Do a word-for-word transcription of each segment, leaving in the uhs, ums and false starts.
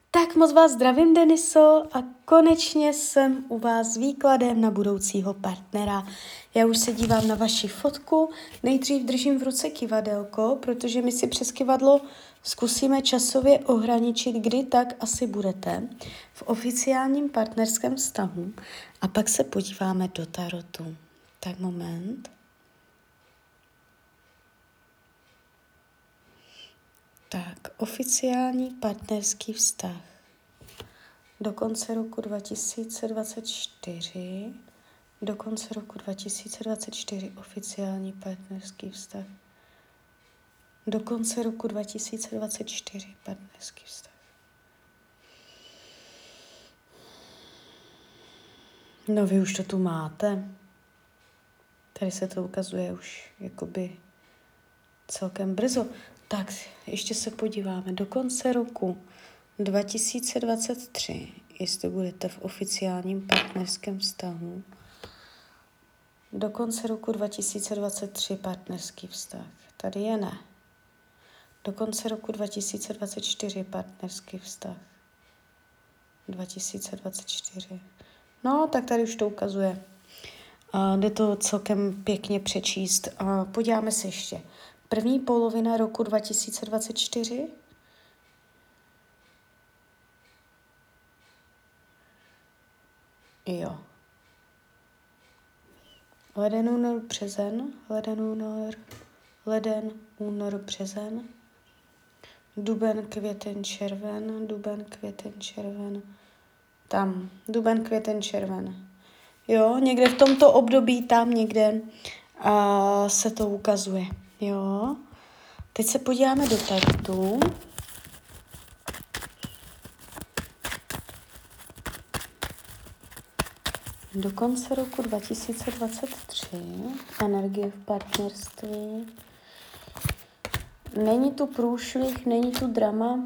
Tak moc vás zdravím, Deniso, a konečně jsem u vás s výkladem na budoucího partnera. Já už se dívám na vaši fotku, nejdřív držím v ruce kivadelko, protože my si přes kivadlo zkusíme časově ohraničit, kdy tak asi budete v oficiálním partnerském vztahu a pak se podíváme do tarotu. Tak moment. Tak, oficiální partnerský vztah. Do konce roku dva tisíce dvacet čtyři, do konce roku dva tisíce dvacet čtyři oficiální partnerský vztah. Do konce roku dva tisíce dvacet čtyři partnerský vztah. No vy už to tu máte. Tady se to ukazuje už jakoby celkem brzo. Tak ještě se podíváme. Do konce roku dva tisíce dvacet tři, jestli budete v oficiálním partnerském vztahu. Do konce roku dva tisíce dvacet tři partnerský vztah. Tady je ne. Do konce roku dva tisíce dvacet čtyři partnerský vztah. dva tisíce dvacet čtyři. No, tak tady už to ukazuje. A jde to celkem pěkně přečíst. A podíváme se ještě. První polovina roku dva tisíce dvacet čtyři. Jo. Leden, únor, březen, leden, únor, leden, únor, březen, duben, květen, červen, duben, květen, červen, tam, duben, květen, červen. Jo, někde v tomto období, tam někde a, se to ukazuje, jo. Teď se podíváme do tarotu. Do konce roku dva tisíce dvacet tři, energie v partnerství. Není tu průšvih, není tu drama,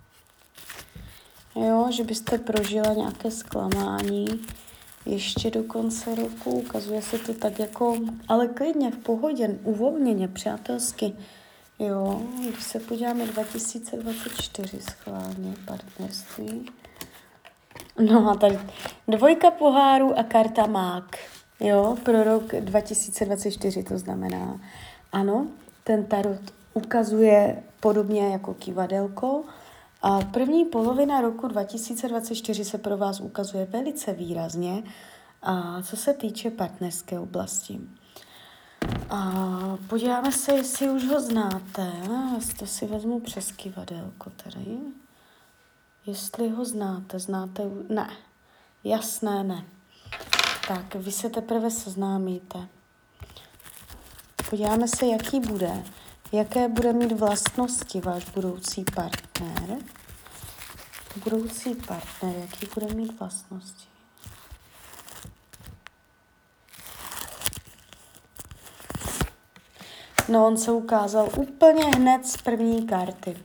jo, že byste prožila nějaké zklamání ještě do konce roku. Ukazuje se to tak jako, ale klidně, v pohodě, uvolněně, přátelsky. Jo, když se podíváme dva tisíce dvacet čtyři schválně, partnerství. No a tady dvojka pohárů a karta mák, jo, pro rok dva tisíce dvacet čtyři, to znamená, ano, ten tarot ukazuje podobně jako kivadelko. A první polovina roku dva tisíce dvacet čtyři se pro vás ukazuje velice výrazně, a co se týče partnerské oblasti. A podíváme se, jestli už ho znáte. To si vezmu přes kivadelko tady. Jestli ho znáte, znáte... Ne, jasné ne. Tak, vy se teprve seznámíte. Podíváme se, jaký bude. Jaké bude mít vlastnosti váš budoucí partner. Budoucí partner, jaký bude mít vlastnosti. No, on se ukázal úplně hned z první karty.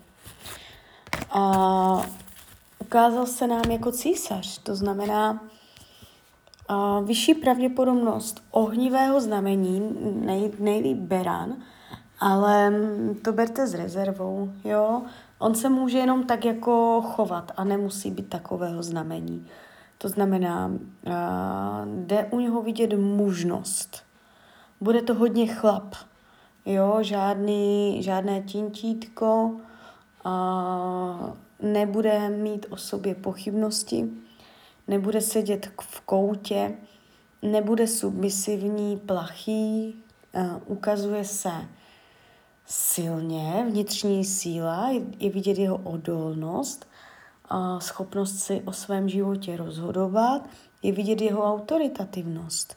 A ukázal se nám jako císař, to znamená a vyšší pravděpodobnost ohnivého znamení, nej, nejlíp beran, ale to berte s rezervou, jo. On se může jenom tak jako chovat a nemusí být takového znamení. To znamená, a, jde u něho vidět mužnost. Bude to hodně chlap, jo, žádný, žádné tintítko, a nebude mít o sobě pochybnosti, nebude sedět v koutě, nebude submisivní, plachý, ukazuje se silně, vnitřní síla, je vidět jeho odolnost, schopnost si o svém životě rozhodovat, je vidět jeho autoritativnost.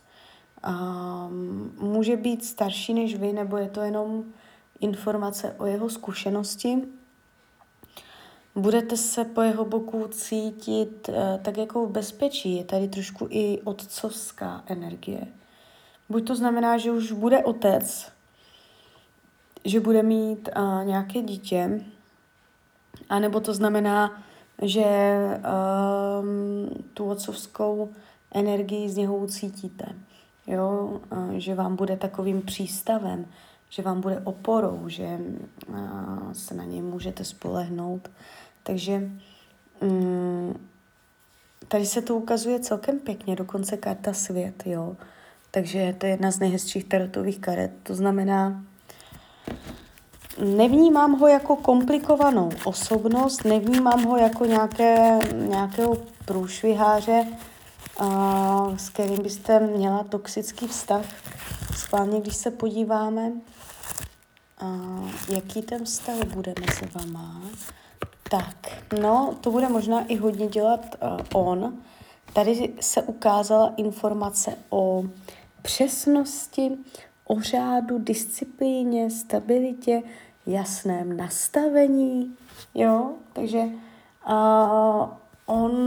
Může být starší než vy, nebo je to jenom informace o jeho zkušenosti. Budete se po jeho boku cítit uh, tak jako v bezpečí. Je tady trošku i otcovská energie. Buď to znamená, že už bude otec, že bude mít uh, nějaké dítě, anebo to znamená, že um, tu otcovskou energii z něho ucítíte. Jo? Uh, že vám bude takovým přístavem, že vám bude oporou, že uh, se na něj můžete spolehnout. Takže mm, tady se to ukazuje celkem pěkně, dokonce karta svět, jo. Takže to je jedna z nejhezčích tarotových karet. To znamená, nevnímám ho jako komplikovanou osobnost, nevnímám ho jako nějaké, nějakého průšviháře, a, s kterým byste měla toxický vztah. Schválně, když se podíváme, a, jaký ten vztah bude mezi vama. Tak, no, to bude možná i hodně dělat uh, on. Tady se ukázala informace o přesnosti, o řádu, disciplíně, stabilitě, jasném nastavení, jo, takže uh, on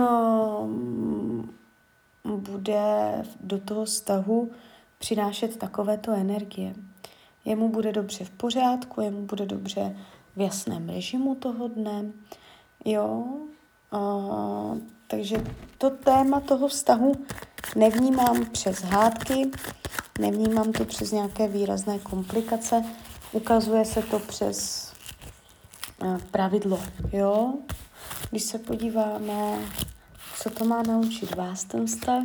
uh, bude do toho vztahu přinášet takovéto energie. Jemu bude dobře v pořádku, jemu bude dobře v jasném režimu toho dne, jo, uh, takže to téma toho vztahu nevnímám přes hádky, nevnímám to přes nějaké výrazné komplikace, ukazuje se to přes uh, pravidlo, jo. Když se podíváme, co to má naučit vás ten vztah,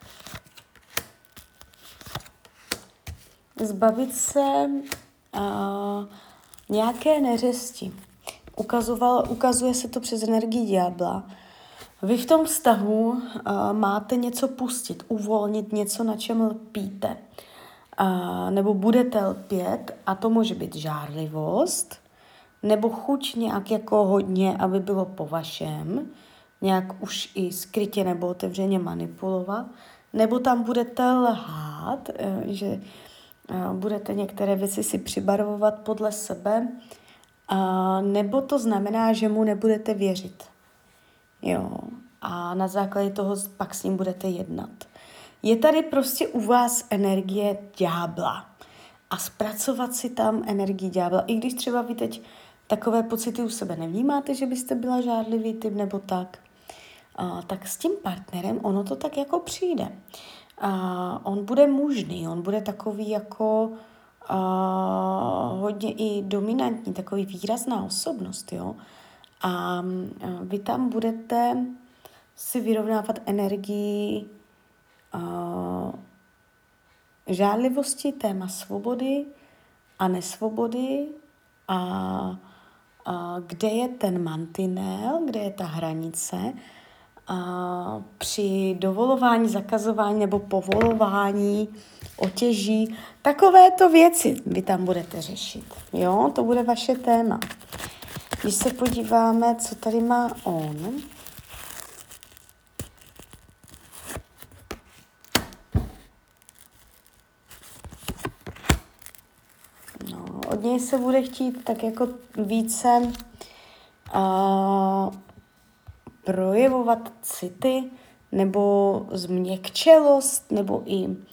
zbavit se uh, nějaké neřesti. Ukazoval, ukazuje se to přes energii ďábla. Vy v tom vztahu uh, máte něco pustit, uvolnit něco, na čem lpíte. Uh, nebo budete lpět, a to může být žárlivost, nebo chuť nějak jako hodně, aby bylo po vašem, nějak už i skrytě nebo otevřeně manipulovat, nebo tam budete lhát, uh, že uh, budete některé věci si přibarvovat podle sebe, uh, nebo to znamená, že mu nebudete věřit. Jo, a na základě toho pak s ním budete jednat. Je tady prostě u vás energie ďábla a zpracovat si tam energii ďábla. I když třeba vy teď takové pocity u sebe nevnímáte, že byste byla žádlivý typ nebo tak, a, tak s tím partnerem ono to tak jako přijde. A, on bude mužný, on bude takový jako a, hodně i dominantní, takový výrazná osobnost, jo. A vy tam budete si vyrovnávat energii uh, žádlivosti, téma svobody a nesvobody a, a kde je ten mantinel, kde je ta hranice a při dovolování, zakazování nebo povolování, otěží, takovéto věci vy tam budete řešit. Jo, to bude vaše téma. Když se podíváme, co tady má on, no, od něj se bude chtít tak jako více uh, projevovat city, nebo změkčelost, nebo i uh,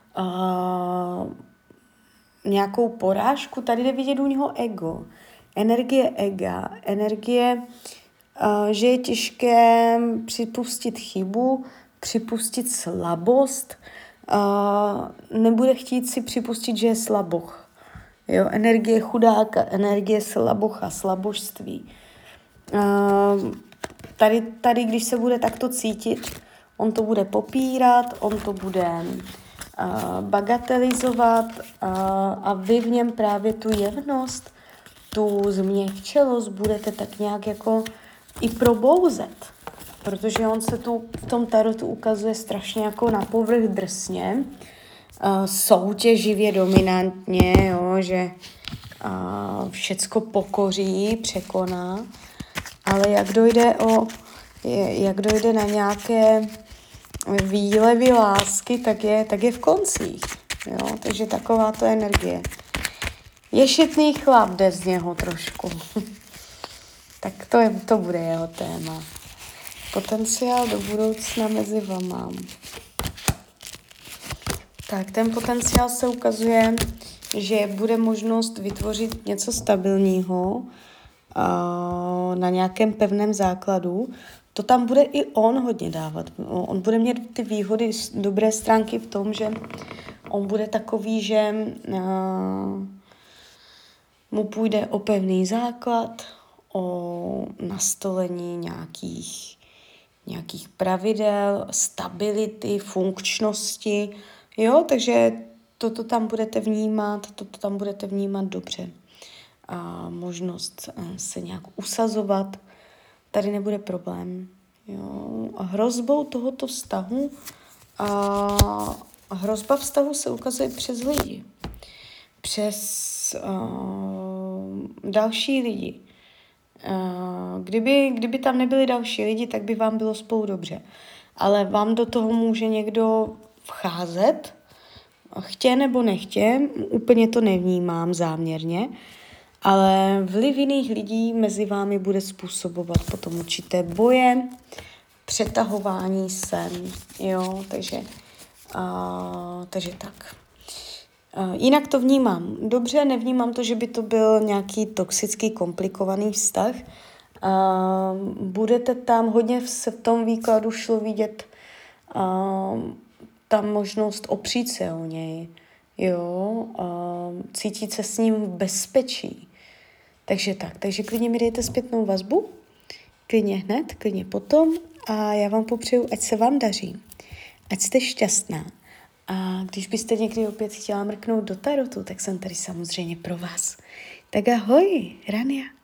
nějakou porážku. Tady jde vidět u něho ego. Energie ega, energie, uh, že je těžké připustit chybu, připustit slabost, uh, nebude chtít si připustit, že je slaboch. Jo? Energie chudáka, energie slabocha, slabožství. Uh, tady, tady, když se bude takto cítit, on to bude popírat, on to bude uh, bagatelizovat uh, a vy v něm právě tu jemnost, tu změkčelost budete tak nějak jako i probouzet, protože on se tu v tom tarotu ukazuje strašně jako na povrch drsně, uh, soutěživě, dominantně, jo, že uh, všecko pokoří, překoná, ale jak dojde, o, je, jak dojde na nějaké výlevy lásky, tak je, tak je v koncích, jo, takže taková to energie. Ješitný chlap, jde z něho trošku. Tak to, je, to bude jeho téma. Potenciál do budoucna mezi vama. Tak, ten potenciál se ukazuje, že bude možnost vytvořit něco stabilního uh, na nějakém pevném základu. To tam bude i on hodně dávat. On bude mít ty výhody, dobré stránky v tom, že on bude takový, že uh, mu půjde o pevný základ, o nastolení nějakých, nějakých pravidel, stability, funkčnosti, jo, takže toto tam budete vnímat, toto tam budete vnímat dobře. A možnost se nějak usazovat, tady nebude problém. Jo. A hrozbou tohoto vztahu a hrozba vztahu se ukazuje přes lidi. Přes uh, další lidi. Uh, kdyby, kdyby tam nebyli další lidi, tak by vám bylo spolu dobře. Ale vám do toho může někdo vcházet, chtě nebo nechtě, úplně to nevnímám záměrně, ale vliv jiných lidí mezi vámi bude způsobovat potom určité boje, přetahování se, jo, takže, uh, takže tak. Uh, jinak to vnímám dobře, nevnímám to, že by to byl nějaký toxický, komplikovaný vztah. Uh, budete tam, hodně v, v tom výkladu šlo vidět uh, tam možnost opřít se o něj, jo, uh, cítit se s ním v bezpečí. Takže tak, takže klidně mi dejte zpětnou vazbu, klidně hned, klidně potom a já vám popřeju, ať se vám daří, ať jste šťastná. A když byste někdy opět chtěla mrknout do tarotu, tak jsem tady samozřejmě pro vás. Tak ahoj, Rania.